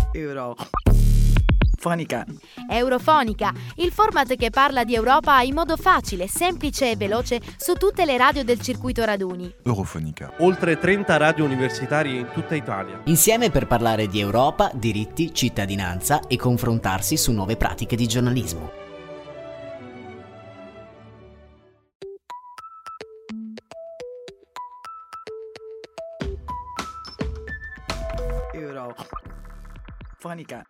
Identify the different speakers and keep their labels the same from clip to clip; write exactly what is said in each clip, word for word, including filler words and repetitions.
Speaker 1: Eurofonica.
Speaker 2: Eurofonica, il format che parla di Europa in modo facile, semplice e veloce su tutte le radio del circuito Raduni.
Speaker 3: Eurofonica.
Speaker 4: Oltre trenta radio universitarie in tutta Italia.
Speaker 5: Insieme per parlare di Europa, diritti, cittadinanza e confrontarsi su nuove pratiche di giornalismo.
Speaker 1: Eurofonica.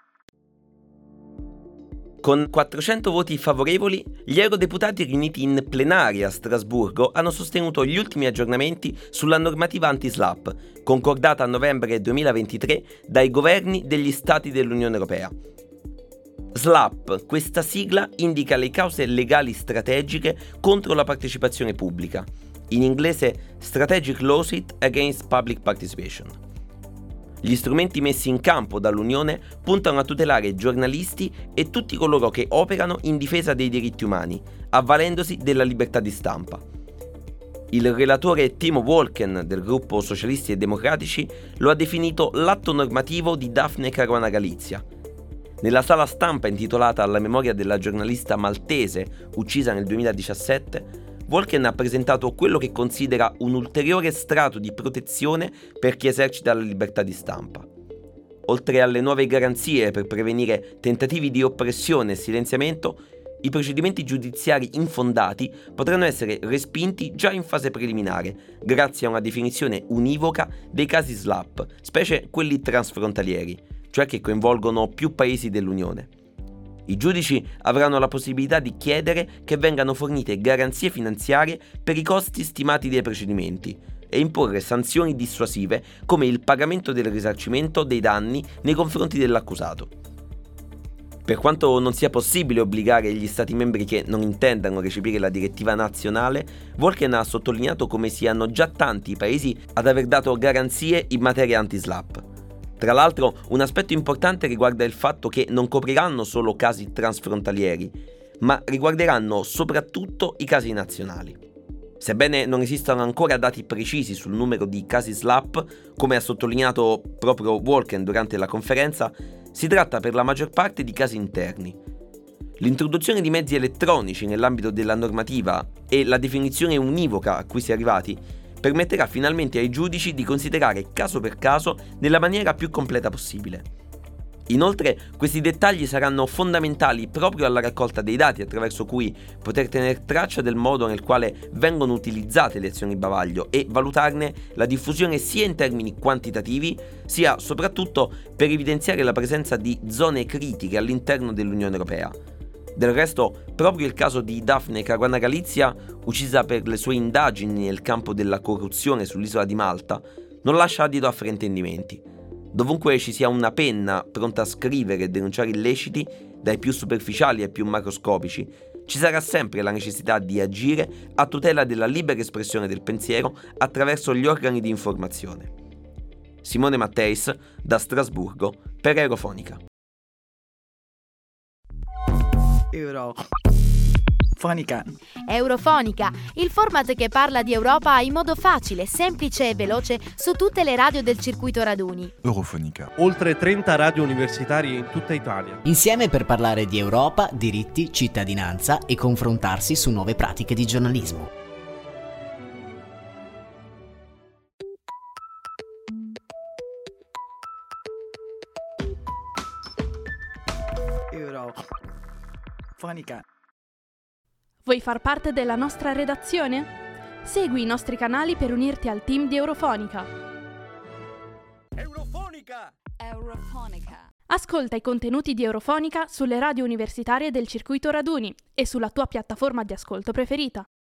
Speaker 6: Con quattrocento voti favorevoli, gli eurodeputati riuniti in plenaria a Strasburgo hanno sostenuto gli ultimi aggiornamenti sulla normativa anti-SLAPP, concordata a novembre duemilaventitré dai governi degli Stati dell'Unione Europea. SLAPP, questa sigla indica le cause legali strategiche contro la partecipazione pubblica, in inglese Strategic Lawsuit Against Public Participation. Gli strumenti messi in campo dall'Unione puntano a tutelare giornalisti e tutti coloro che operano in difesa dei diritti umani, avvalendosi della libertà di stampa. Il relatore Timo Wolken del gruppo Socialisti e Democratici lo ha definito l'atto normativo di Daphne Caruana Galizia. Nella sala stampa intitolata alla memoria della giornalista maltese uccisa nel duemiladiciassette, Wolken ha presentato quello che considera un ulteriore strato di protezione per chi esercita la libertà di stampa. Oltre alle nuove garanzie per prevenire tentativi di oppressione e silenziamento, i procedimenti giudiziari infondati potranno essere respinti già in fase preliminare, grazie a una definizione univoca dei casi SLAPP, specie quelli transfrontalieri, cioè che coinvolgono più paesi dell'Unione. I giudici avranno la possibilità di chiedere che vengano fornite garanzie finanziarie per i costi stimati dei procedimenti e imporre sanzioni dissuasive come il pagamento del risarcimento dei danni nei confronti dell'accusato. Per quanto non sia possibile obbligare gli Stati membri che non intendano recepire la direttiva nazionale, Wolken ha sottolineato come siano già tanti i paesi ad aver dato garanzie in materia anti-SLAPP. Tra l'altro, un aspetto importante riguarda il fatto che non copriranno solo casi transfrontalieri, ma riguarderanno soprattutto i casi nazionali. Sebbene non esistano ancora dati precisi sul numero di casi SLAPP, come ha sottolineato proprio Wolken durante la conferenza, si tratta per la maggior parte di casi interni. L'introduzione di mezzi elettronici nell'ambito della normativa e la definizione univoca a cui si è arrivati permetterà finalmente ai giudici di considerare caso per caso nella maniera più completa possibile. Inoltre, questi dettagli saranno fondamentali proprio alla raccolta dei dati attraverso cui poter tenere traccia del modo nel quale vengono utilizzate le azioni bavaglio e valutarne la diffusione sia in termini quantitativi, sia soprattutto per evidenziare la presenza di zone critiche all'interno dell'Unione Europea. Del resto, proprio il caso di Daphne Caruana Galizia, uccisa per le sue indagini nel campo della corruzione sull'isola di Malta, non lascia adito a fraintendimenti. Dovunque ci sia una penna pronta a scrivere e denunciare illeciti, dai più superficiali ai più macroscopici, ci sarà sempre la necessità di agire a tutela della libera espressione del pensiero attraverso gli organi di informazione. Simone Matteis, da Strasburgo, per Eurofonica.
Speaker 1: Eurofonica.
Speaker 2: Eurofonica, il format che parla di Europa in modo facile, semplice e veloce su tutte le radio del circuito Raduni.
Speaker 3: Eurofonica.
Speaker 4: Oltre trenta radio universitarie in tutta Italia.
Speaker 5: Insieme per parlare di Europa, diritti, cittadinanza e confrontarsi su nuove pratiche di giornalismo.
Speaker 1: Eurofonica.
Speaker 7: Vuoi far parte della nostra redazione? Segui i nostri canali per unirti al team di Eurofonica.
Speaker 8: Eurofonica! Eurofonica.
Speaker 7: Ascolta i contenuti di Eurofonica sulle radio universitarie del circuito Raduni e sulla tua piattaforma di ascolto preferita.